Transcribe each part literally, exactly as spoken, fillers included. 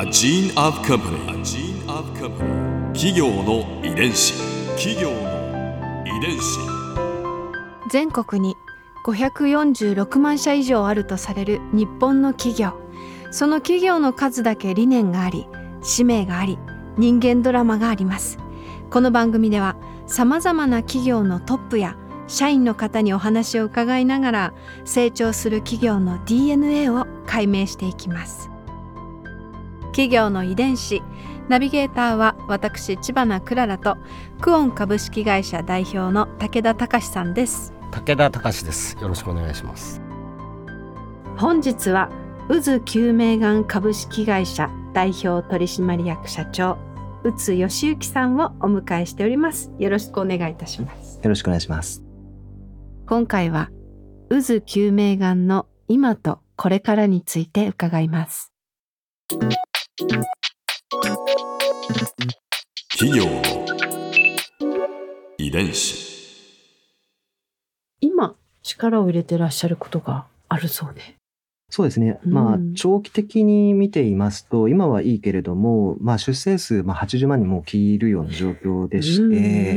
A gene of company. A gene of company. 企業の遺伝子。企業の遺伝子。 全国にごひゃくよんじゅうろくまんしゃ以上あるとされる日本の企業。その企業の数だけ理念があり、使命があり、人間ドラマがあります。この番組ではさまざまな企業のトップや社員の方にお話を伺いながら、成長する企業の ディーエヌエー を解明していきます。企業の遺伝子、ナビゲーターは私知花くららとクオン株式会社代表の武田隆さんです。 武田隆です。よろしくお願いします。 本日は渦救命がん株式会社代表取締役社長宇津義行さんをお迎えしております。よろしくお願いいたします。 よろしくお願いします。 今回は渦救命がんの今とこれからについて伺います。 企業の遺伝子。 今力を入れてらっしゃることがあるそうで。 そうですね、 うんまあ長期的に見ていますと今はいいけれども、まあ、出生数、まあ、はちじゅうまんにんも切るような状況でして、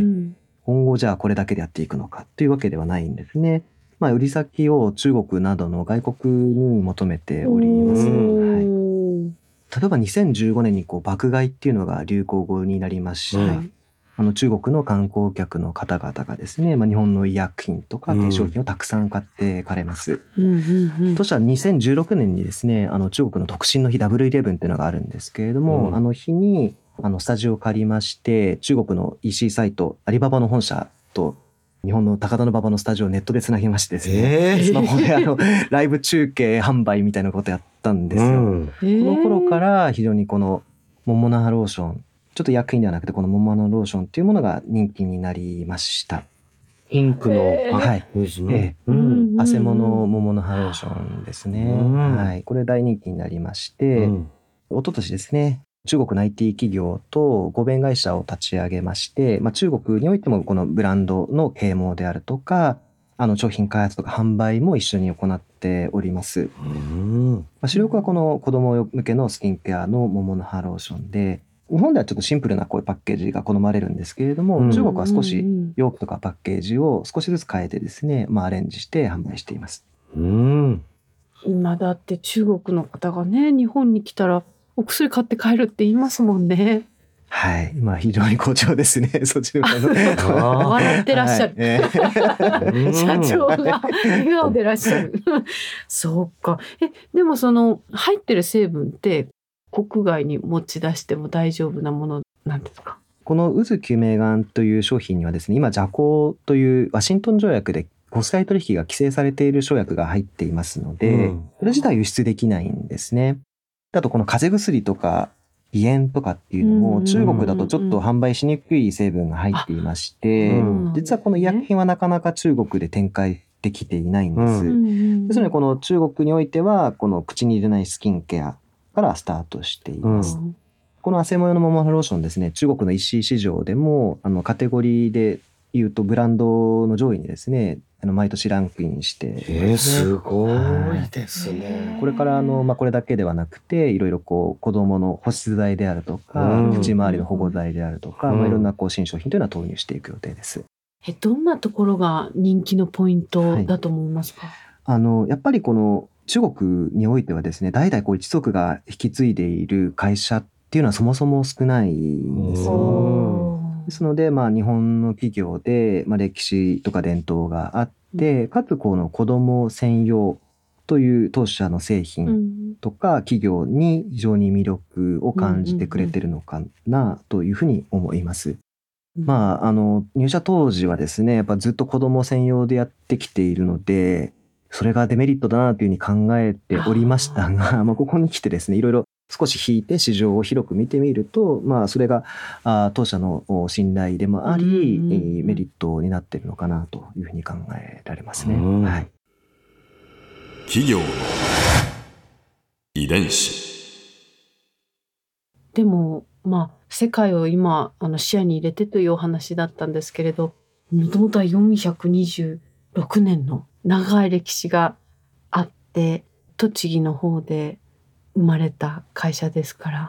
うんうん今後じゃあこれだけでやっていくのかというわけではないんですね。まあ、売り先を中国などの外国に求めております。はい、例えばにせんじゅうごねんにこう爆買いっていうのが流行語になりまして、 はい、 あの中国の観光客の方々がですね、まあ、日本の医薬品とか化粧品をたくさん買ってかれます。 うんうんうん、 そしたらにせんじゅうろくねんにですね、あの中国の特進の日 ダブルイレブン っていうのがあるんですけれども、 うん、 あの日にあのスタジオを借りまして中国の イーシー サイトアリババの本社と日本の高田馬場のスタジオをネットでつなぎましてですね、 えー、 スマホであのライブ中継販売みたいなことやったんですよ、うん、この頃から非常にこのモモナハローション、ちょっと薬品ではなくてこのモモナハローションっていうものが人気になりました。 ピンクの、 はいですね、 えーうん、汗ものモモナハローションですね、 うんはい、これ大人気になりまして、うん、一昨年ですね中国の アイティー 企業と合弁会社を立ち上げまして、まあ、中国においてもこのブランドの啓蒙であるとかあの商品開発とか販売も一緒に行っております。うんまあ、主力はこの子供向けのスキンケアのモモナハローションで、日本ではちょっとシンプルなこういうパッケージが好まれるんですけれども、うん、中国は少し容器とかパッケージを少しずつ変えてですね、まあ、アレンジして販売しています。 うん今だって中国の方がね日本に来たらお薬買って帰るって言いますもんね。 はい、まあ非常に好調ですね。そちらの笑ってらっしゃる、はいえー、社長が笑顔でらっしゃるそうか。えでもその入ってる成分って国外に持ち出しても大丈夫なものなんですか？ この渦救命がんという商品にはですね、今ジャコというワシントン条約で国際取引が規制されている生薬が入っていますので、うん、それ自体輸出できないんですね。あとこの風邪薬とか鼻炎とかっていうのも中国だとちょっと販売しにくい成分が入っていまして、実はこの医薬品はなかなか中国で展開できていないんです。ですのでこの中国においてはこの口に入れないスキンケアからスタートしています。うん、この汗もよのモモナローションですね、中国の イーシー 市場でもあのカテゴリーで言うとブランドの上位にですねあの毎年ランクインして、ねえー、すごいですね。 これからあの、まあ、これだけではなくていろいろこう子どもの保湿剤であるとか、うん、口周りの保護剤であるとか、うんまあ、いろんなこう新商品というのは投入していく予定です。 えどんなところが人気のポイントだと思いますか？はい、 あのやっぱりこの中国においてはですね代々こう一族が引き継いでいる会社っていうのはそもそも少ないんですよ。ですので、まあ、日本の企業で、まあ、歴史とか伝統があって、うん、かつこの子ども専用という当社の製品とか企業に非常に魅力を感じてくれてるのかなというふうに思います。うん、まあ、あの入社当時はですねやっぱずっと子ども専用でやってきているのでそれがデメリットだなというふうに考えておりましたが、まあ、ここに来てですねいろいろ少し引いて市場を広く見てみると、まあ、それがあ当社の信頼でもあり、うんうんうん、メリットになっているのかなというふうに考えられますね。はい、 企業の遺伝子。 でも、まあ、世界を今あの視野に入れてというお話だったんですけれど、もともとはよんひゃくにじゅうろくねんの長い歴史があって栃木の方で生まれた会社ですから、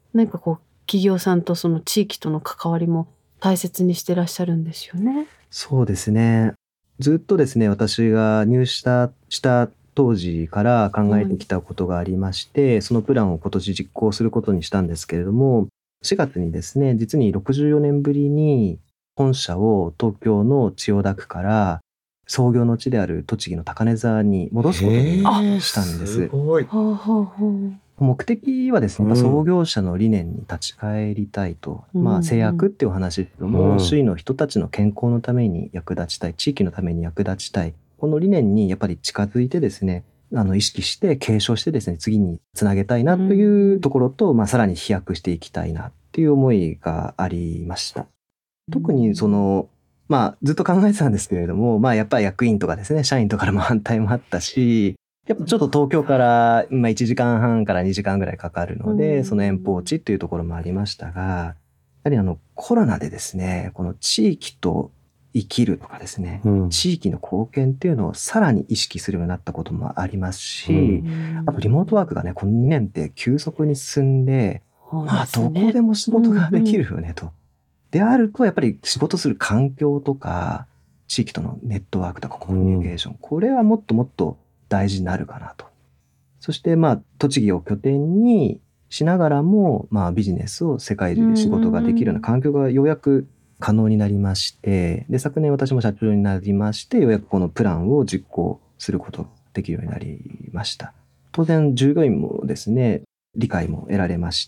何かこう企業さんとその地域との関わりも大切にしてらっしゃるんですよね。 そうですね。ずっとですね、私が入社した当時から考えてきたことがありまして、はい、そのプランを今年実行することにしたんですけれども、しがつにですね、実にろくじゅうよねんぶりに本社を東京の千代田区から創業の地である栃木の高根沢に戻すことにしたんです。 すごい。 目的はですね、やっぱ創業者の理念に立ち返りたいと、うん、まあ制約っていうお話ですけども、うん、周囲の人たちの健康のために役立ちたい、地域のために役立ちたい、この理念にやっぱり近づいてですね、あの意識して継承してですね、次につなげたいなというところと、うん、まあさらに飛躍していきたいなっていう思いがありました。特にその、まあずっと考えてたんですけれども、まあやっぱり役員とかですね、社員とかからも反対もあったし、やっぱちょっと東京からまあいちじかんはんからにじかんぐらいかかるので、その遠方地っていうところもありましたが、やはりあのコロナでですね、この地域と生きるとかですね、うん、地域の貢献っていうのをさらに意識するようになったこともありますし、うん、あとリモートワークがね、このにねんって急速に進んで、うん、まあどこでも仕事ができるよねと。うんうん、であると、やっぱり仕事する環境とか、地域とのネットワークとかコミュニケーション、うん、これはもっともっと大事になるかなと。そしてまあ栃木を拠点にしながらも、まあビジネスを世界中で仕事ができるような環境がようやく可能になりまして、で昨年私も社長になりまして、ようやくこのプランを実行することができるようになりました。当然従業員もですね、理解も得られまして、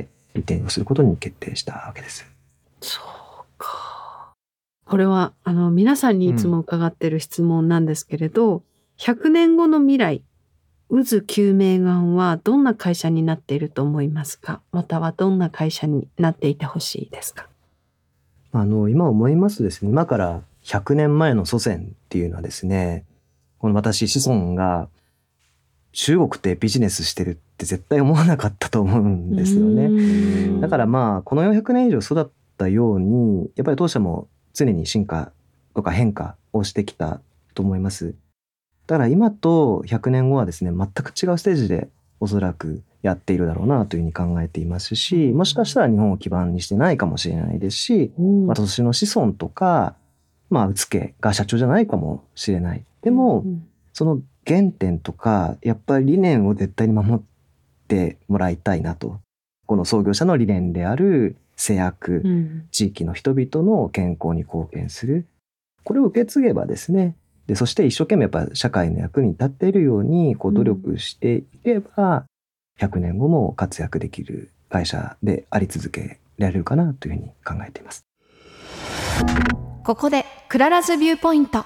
移転をすることに決定したわけです。 そうか。これはあの皆さんにいつも伺っている質問なんですけれど、うん、ひゃくねんごの未来、渦救命丸はどんな会社になっていると思いますか？またはどんな会社になっていてほしいですか？ あの今思いますですね、今からひゃくねんまえの祖先っていうのはですね、この私子孫が中国でビジネスしてるって絶対思わなかったと思うんですよね。だからまあこのよんひゃくねん以上育ったように、やっぱり当社も常に進化とか変化をしてきたと思います。だから今とひゃくねんごはですね、全く違うステージでおそらくやっているだろうなというふうに考えていますし、もしかしたら日本を基盤にしてないかもしれないですし、私の子孫とか、まあ、うつけが社長じゃないかもしれない。でも、その原点とか、やっぱり理念を絶対に守ってもらいたいなと。この創業者の理念である制約、うん、地域の人々の健康に貢献する。これを受け継げばですね、でそして一生懸命やっぱ社会の役に立っているようにこう努力していけば、うん、ひゃくねんごも活躍できる会社であり続けられるかなというふうに考えています。 ここでクララズビューポイント。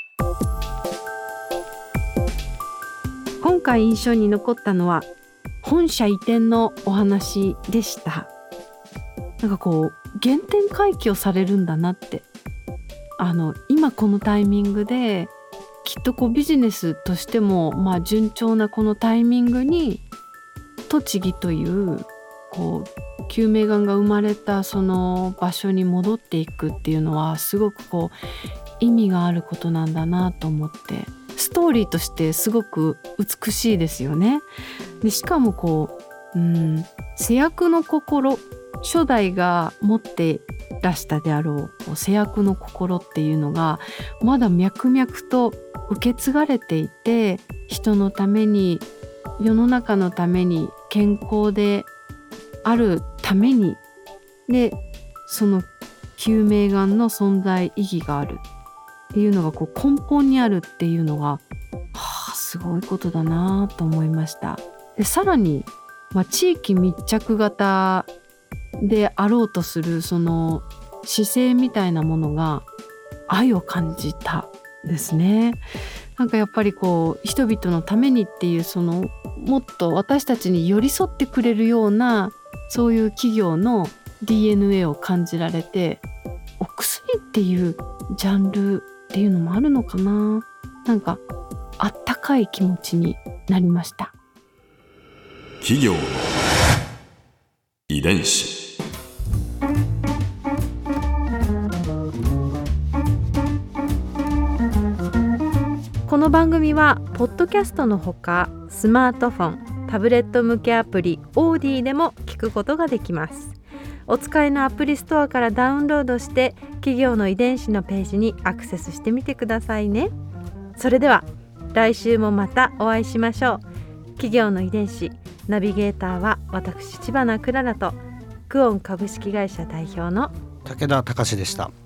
今回印象に残ったのは本社移転のお話でした。なんかこう原点回帰をされるんだなって、あの今このタイミングできっとこうビジネスとしてもまあ順調なこのタイミングに栃木というこう救命丸が生まれたその場所に戻っていくっていうのはすごくこう意味があることなんだなと思って、ストーリーとしてすごく美しいですよね。でしかもこう、うん、施薬の心、初代が持ってらしたであろう施薬の心っていうのがまだ脈々と受け継がれていて、人のために世の中のために健康であるためにでその救命丸の存在意義があるっていうのがこう根本にあるっていうのが、はあ、すごいことだなと思いました。でさらに、まあ、地域密着型であろうとするその姿勢みたいなものが愛を感じたですね。なんかやっぱりこう人々のためにっていうそのもっと私たちに寄り添ってくれるようなそういう企業の ディーエヌエー を感じられて、お薬っていうジャンルっていうのもあるのかな、なんかあったかい気持ちになりました。 企業の遺伝子。 この番組はポッドキャストのほかスマートフォン、 タブレット向けアプリオーディでも聞くことができます。お使いのアプリストアからダウンロードして企業の遺伝子のページにアクセスしてみてくださいね。それでは来週もまたお会いしましょう。企業の遺伝子ナビゲーターは私知花くららとクオン株式会社代表の武田隆でした。